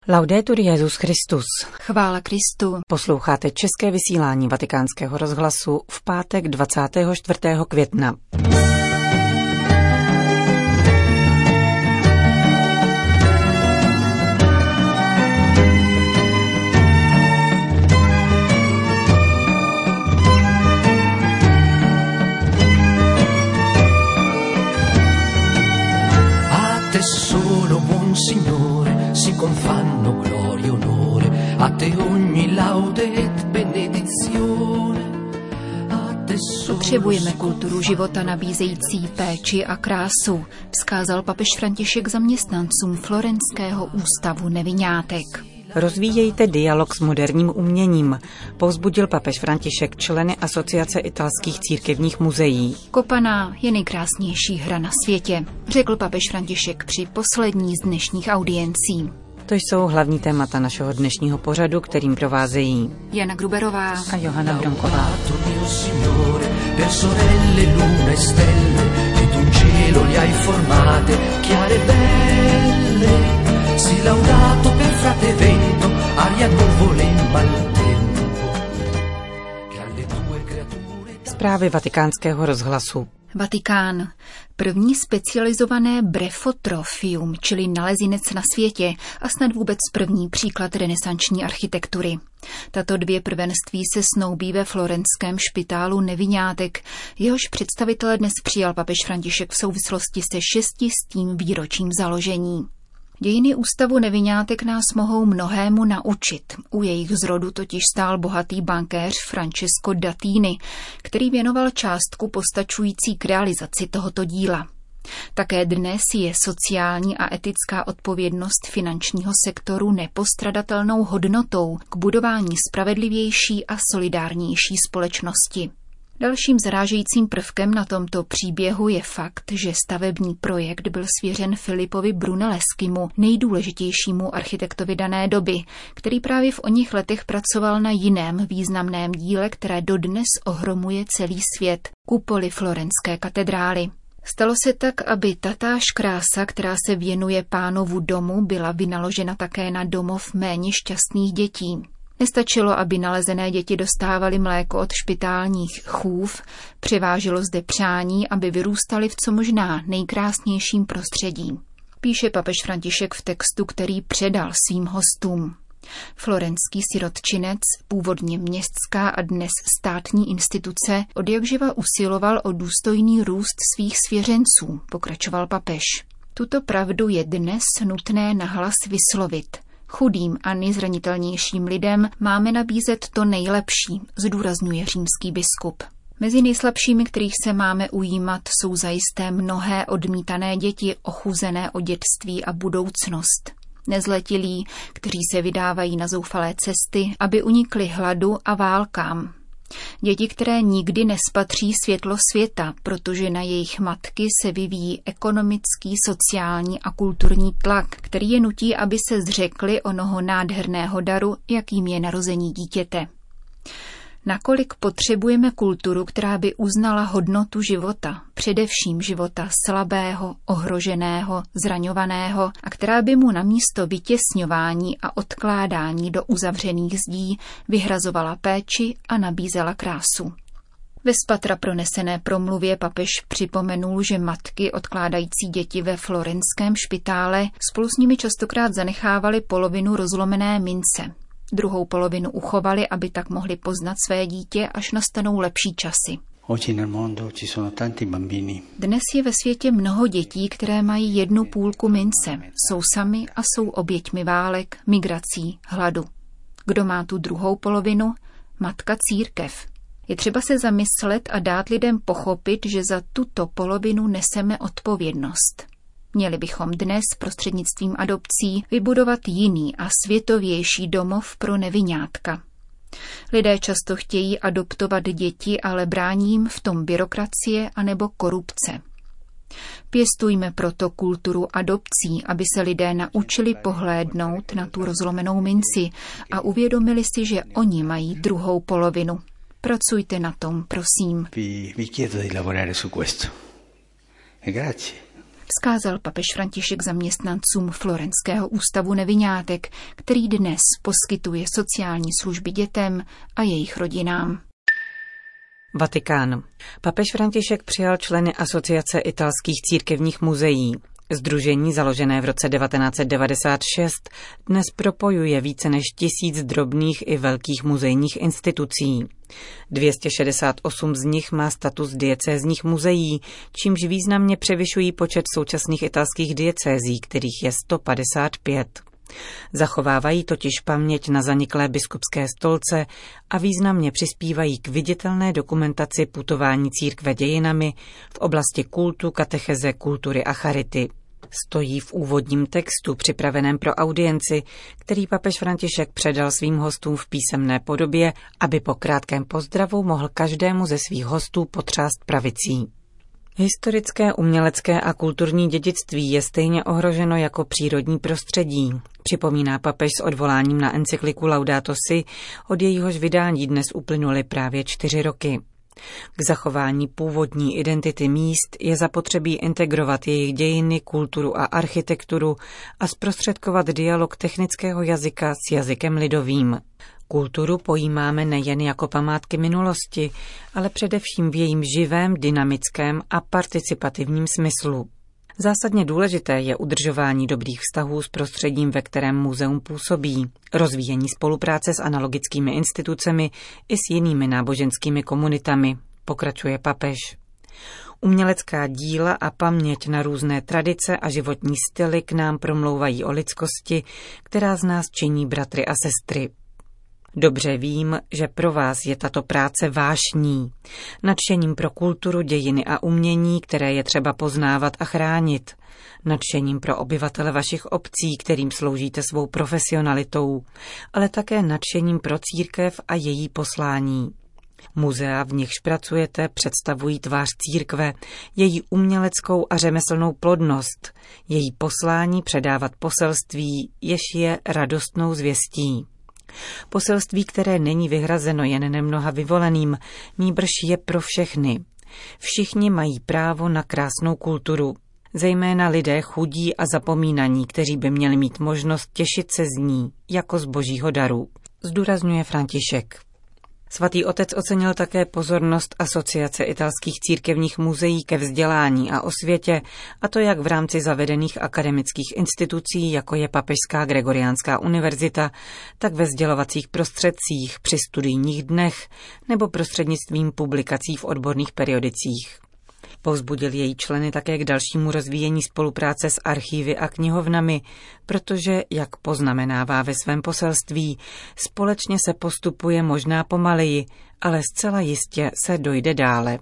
Laudetur Jesus Christus. Chvála Kristu. Posloucháte české vysílání Vatikánského rozhlasu v pátek 24. května. Solo buon Signore si confanno gloria e onore, a te ogni laude et benedizione. Potřebujeme kulturu života nabízející péči a krásu, vzkázal papež František zaměstnancům Florenského ústavu neviňátek. Rozvíjejte dialog s moderním uměním, povzbudil papež František členy Asociace italských církevních muzeí. Kopaná je nejkrásnější hra na světě, řekl papež František při poslední z dnešních audiencí. To jsou hlavní témata našeho dnešního pořadu, kterým provázejí Jana Gruberová a Johana Bronková. Si laudato per frate vento, aria nuvole maltempo. Zprávy Vatikánského rozhlasu. Vatikán. První specializované brefotrofium, čili nalezinec na světě a snad vůbec první příklad renesanční architektury. Tato dvě prvenství se snoubí ve florenském špitálu neviňátek, jehož představitele dnes přijal papež František v souvislosti se 600. výročím založení. Dějiny ústavu neviňátek nás mohou mnohému naučit. U jejich zrodu totiž stál bohatý bankéř Francesco Datini, který věnoval částku postačující k realizaci tohoto díla. Také dnes je sociální a etická odpovědnost finančního sektoru nepostradatelnou hodnotou k budování spravedlivější a solidárnější společnosti. Dalším zarážejícím prvkem na tomto příběhu je fakt, že stavební projekt byl svěřen Filipovi Brunelleschimu, nejdůležitějšímu architektovi dané doby, který právě v oněch letech pracoval na jiném významném díle, které dodnes ohromuje celý svět, kupoli florenské katedrály. Stalo se tak, aby tatáž krása, která se věnuje Pánovu domu, byla vynaložena také na domov méně šťastných dětí. Nestačilo, aby nalezené děti dostávaly mléko od špitálních chův, převážilo zde přání, aby vyrůstaly v co možná nejkrásnějším prostředí. Píše papež František v textu, který předal svým hostům. Florenský sirotčinec, původně městská a dnes státní instituce, odjakživa usiloval o důstojný růst svých svěřenců, pokračoval papež. Tuto pravdu je dnes nutné nahlas vyslovit. Chudým a nejzranitelnějším lidem máme nabízet to nejlepší, zdůrazňuje římský biskup. Mezi nejslabšími, kterých se máme ujímat, jsou zajisté mnohé odmítané děti, ochuzené o dětství a budoucnost. Nezletilí, kteří se vydávají na zoufalé cesty, aby unikli hladu a válkám. Děti, které nikdy nespatří světlo světa, protože na jejich matky se vyvíjí ekonomický, sociální a kulturní tlak, který je nutí, aby se zřekli onoho nádherného daru, jakým je narození dítěte. Nakolik potřebujeme kulturu, která by uznala hodnotu života, především života slabého, ohroženého, zraňovaného a která by mu namísto vytěsňování a odkládání do uzavřených zdí vyhrazovala péči a nabízela krásu. Ve spatra pronesené promluvě papež připomenul, že matky odkládající děti ve florenském špitále spolu s nimi častokrát zanechávaly polovinu rozlomené mince. Druhou polovinu uchovali, aby tak mohli poznat své dítě, až nastanou lepší časy. Dnes je ve světě mnoho dětí, které mají jednu půlku mince. Jsou sami a jsou oběťmi válek, migrací, hladu. Kdo má tu druhou polovinu? Matka církev. Je třeba se zamyslet a dát lidem pochopit, že za tuto polovinu neseme odpovědnost. Měli bychom dnes prostřednictvím adopcí vybudovat jiný a světovější domov pro neviňátka. Lidé často chtějí adoptovat děti, ale brání jim v tom byrokracie anebo korupce. Pěstujme proto kulturu adopcí, aby se lidé naučili pohlédnout na tu rozlomenou minci a uvědomili si, že oni mají druhou polovinu. Pracujte na tom, prosím. Vi chiedo di lavorare su questo. Grazie. vzkázal papež František zaměstnancům Florenského ústavu neviňátek, který dnes poskytuje sociální služby dětem a jejich rodinám. Vatikán. Papež František přijal členy Asociace italských církevních muzeí. Sdružení, založené v roce 1996, dnes propojuje více než 1000 drobných i velkých muzejních institucí. 268 z nich má status diecézních muzeí, čímž významně převyšují počet současných italských diecézí, kterých je 155. Zachovávají totiž paměť na zaniklé biskupské stolce a významně přispívají k viditelné dokumentaci putování církve dějinami v oblasti kultu, katecheze, kultury a charity. Stojí v úvodním textu připraveném pro audienci, který papež František předal svým hostům v písemné podobě, aby po krátkém pozdravu mohl každému ze svých hostů potřást pravicí. Historické, umělecké a kulturní dědictví je stejně ohroženo jako přírodní prostředí, připomíná papež s odvoláním na encykliku Laudato Si, od jejíhož vydání dnes uplynuly právě 4 roky. K zachování původní identity míst je zapotřebí integrovat jejich dějiny, kulturu a architekturu a zprostředkovat dialog technického jazyka s jazykem lidovým. Kulturu pojímáme nejen jako památky minulosti, ale především v jejím živém, dynamickém a participativním smyslu. Zásadně důležité je udržování dobrých vztahů s prostředím, ve kterém muzeum působí, rozvíjení spolupráce s analogickými institucemi i s jinými náboženskými komunitami, pokračuje papež. Umělecká díla a paměť na různé tradice a životní styly k nám promlouvají o lidskosti, která z nás činí bratry a sestry. Dobře vím, že pro vás je tato práce vášní, nadšením pro kulturu, dějiny a umění, které je třeba poznávat a chránit, nadšením pro obyvatele vašich obcí, kterým sloužíte svou profesionalitou, ale také nadšením pro církev a její poslání. Muzea, v nichž pracujete, představují tvář církve, její uměleckou a řemeslnou plodnost, její poslání předávat poselství, jež je radostnou zvěstí. Poselství, které není vyhrazeno jen nemnoha vyvoleným, nýbrž je pro všechny. Všichni mají právo na krásnou kulturu, zejména lidé chudí a zapomínaní, kteří by měli mít možnost těšit se z ní jako z božího daru, zdůrazňuje František. Svatý otec ocenil také pozornost Asociace italských církevních muzeí ke vzdělání a osvětě, a to jak v rámci zavedených akademických institucí, jako je Papežská Gregoriánská univerzita, tak ve sdělovacích prostředcích, při studijních dnech nebo prostřednictvím publikací v odborných periodicích. Povzbudil její členy také k dalšímu rozvíjení spolupráce s archívy a knihovnami, protože, jak poznamenává ve svém poselství, společně se postupuje možná pomaleji, ale zcela jistě se dojde dále.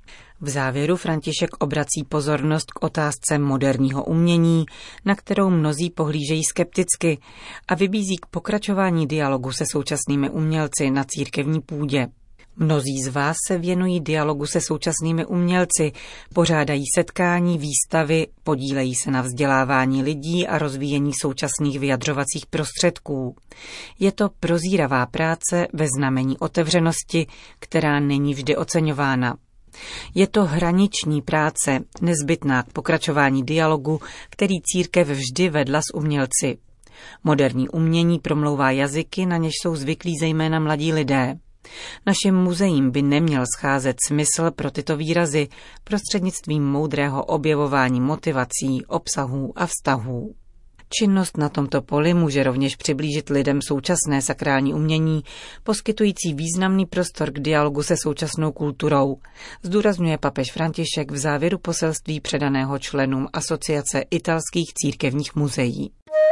V závěru František obrací pozornost k otázce moderního umění, na kterou mnozí pohlížejí skepticky, a vybízí k pokračování dialogu se současnými umělci na církevní půdě. Mnozí z vás se věnují dialogu se současnými umělci, pořádají setkání, výstavy, podílejí se na vzdělávání lidí a rozvíjení současných vyjadřovacích prostředků. Je to prozíravá práce ve znamení otevřenosti, která není vždy oceňována. Je to hraniční práce, nezbytná k pokračování dialogu, který církev vždy vedla s umělci. Moderní umění promlouvá jazyky, na něž jsou zvyklí zejména mladí lidé. Našim muzeím by neměl scházet smysl pro tyto výrazy prostřednictvím moudrého objevování motivací, obsahů a vztahů. Činnost na tomto poli může rovněž přiblížit lidem současné sakrální umění, poskytující významný prostor k dialogu se současnou kulturou, zdůrazňuje papež František v závěru poselství předaného členům Asociace italských církevních muzeí.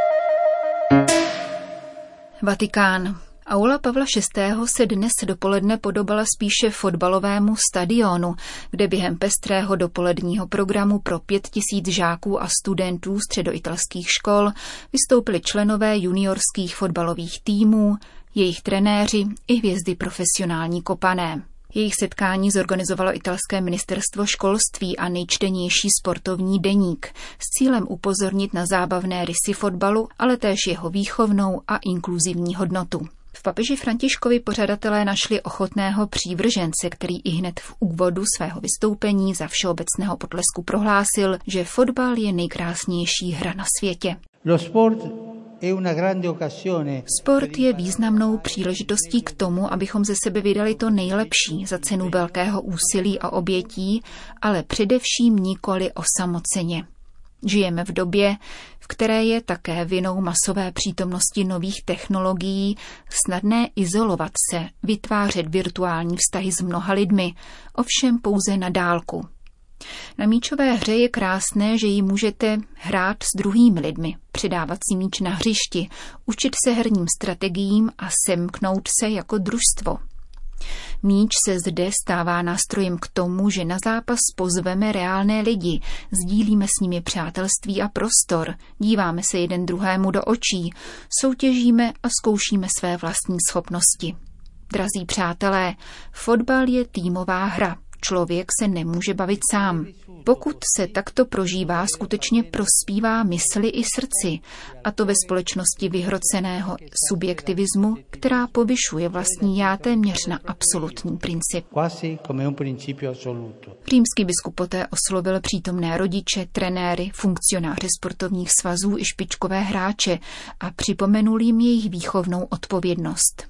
Vatikán. Aula Pavla VI. Se dnes dopoledne podobala spíše fotbalovému stadionu, kde během pestrého dopoledního programu pro 5000 žáků a studentů středoitalských škol vystoupili členové juniorských fotbalových týmů, jejich trenéři i hvězdy profesionální kopané. Jejich setkání zorganizovalo italské ministerstvo školství a nejčtenější sportovní deník s cílem upozornit na zábavné rysy fotbalu, ale též jeho výchovnou a inkluzivní hodnotu. V papeži Františkovi pořadatelé našli ochotného přívržence, který ihned v úvodu svého vystoupení za všeobecného potlesku prohlásil, že fotbal je nejkrásnější hra na světě. Sport je významnou příležitostí k tomu, abychom ze sebe vydali to nejlepší za cenu velkého úsilí a obětí, ale především nikoli osamoceně. Žijeme v době, v které je také vinou masové přítomnosti nových technologií snadné izolovat se, vytvářet virtuální vztahy s mnoha lidmi, ovšem pouze na dálku. Na míčové hře je krásné, že ji můžete hrát s druhými lidmi, předávat si míč na hřišti, učit se herním strategiím a semknout se jako družstvo. Míč se zde stává nástrojem k tomu, že na zápas pozveme reálné lidi, sdílíme s nimi přátelství a prostor, díváme se jeden druhému do očí, soutěžíme a zkoušíme své vlastní schopnosti. Drazí přátelé, fotbal je týmová hra. Člověk se nemůže bavit sám. Pokud se takto prožívá, skutečně prospívá mysli i srdci, a to ve společnosti vyhroceného subjektivismu, která povyšuje vlastní já téměř na absolutní princip. Římský biskup poté oslovil přítomné rodiče, trenéry, funkcionáře sportovních svazů i špičkové hráče a připomenul jim jejich výchovnou odpovědnost.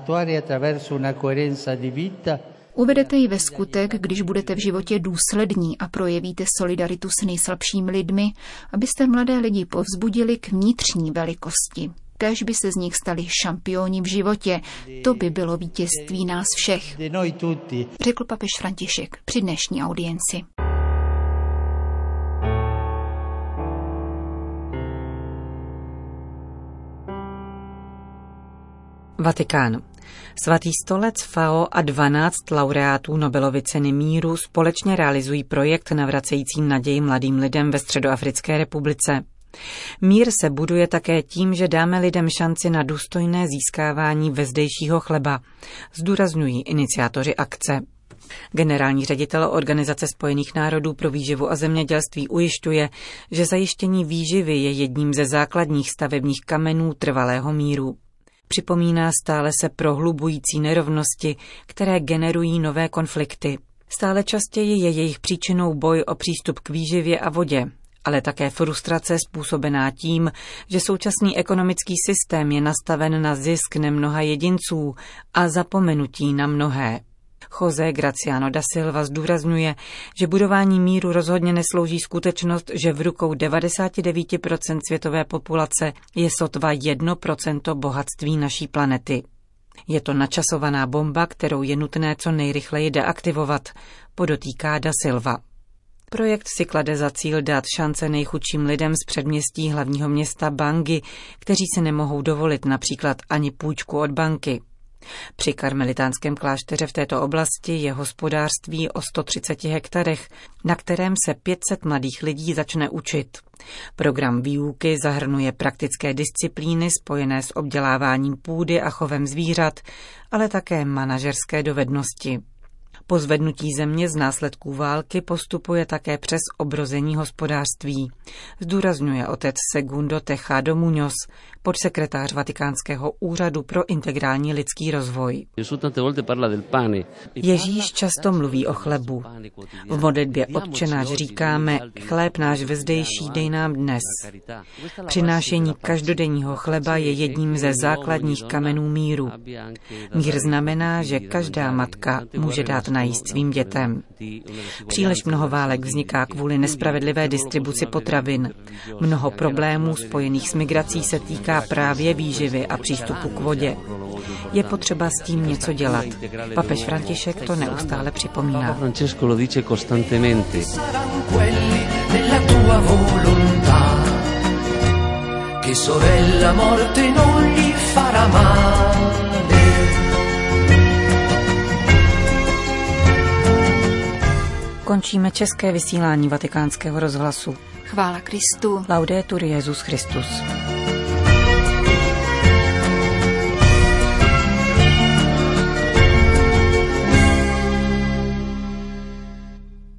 Uvedete ji ve skutek, když budete v životě důslední a projevíte solidaritu s nejslabšími lidmi, abyste mladé lidi povzbudili k vnitřní velikosti. Kéž by se z nich stali šampioni v životě, to by bylo vítězství nás všech, řekl papež František při dnešní audienci. Vatikán. Svatý stolec, FAO a 12 laureátů Nobelovy ceny míru společně realizují projekt navracející naději mladým lidem ve Středoafrické republice. Mír se buduje také tím, že dáme lidem šanci na důstojné získávání vezdejšího chleba, zdůrazňují iniciátoři akce. Generální ředitel Organizace spojených národů pro výživu a zemědělství ujišťuje, že zajištění výživy je jedním ze základních stavebních kamenů trvalého míru. Připomíná stále se prohlubující nerovnosti, které generují nové konflikty. Stále častěji je jejich příčinou boj o přístup k výživě a vodě, ale také frustrace způsobená tím, že současný ekonomický systém je nastaven na zisk nemnoha jedinců a zapomenutí na mnohé. José Graciano da Silva zdůrazňuje, že budování míru rozhodně neslouží skutečnost, že v rukou 99% světové populace je sotva 1% bohatství naší planety. Je to načasovaná bomba, kterou je nutné co nejrychleji deaktivovat, podotýká da Silva. Projekt si klade za cíl dát šance nejchudším lidem z předměstí hlavního města Bangi, kteří si nemohou dovolit například ani půjčku od banky. Při karmelitánském klášteře v této oblasti je hospodářství o 130 hektarech, na kterém se 500 mladých lidí začne učit. Program výuky zahrnuje praktické disciplíny spojené s obděláváním půdy a chovem zvířat, ale také manažerské dovednosti. Po zvednutí země z následků války postupuje také přes obrození hospodářství, zdůrazňuje otec Segundo Tejado Muñoz, podsekretář Vatikánského úřadu pro integrální lidský rozvoj. Ježíš často mluví o chlebu. V modlitbě Otče náš říkáme, chléb náš vezdejší dej nám dnes. Přinášení každodenního chleba je jedním ze základních kamenů míru. Mír znamená, že každá matka může dát najíst svým dětem. Příliš mnoho válek vzniká kvůli nespravedlivé distribuci potravin. Mnoho problémů spojených s migrací se týká právě výživy a přístupu k vodě. Je potřeba s tím něco dělat. Papež František to neustále připomíná. Končíme české vysílání Vatikánského rozhlasu. Chvála Kristu. Laudetur Jesus Christus.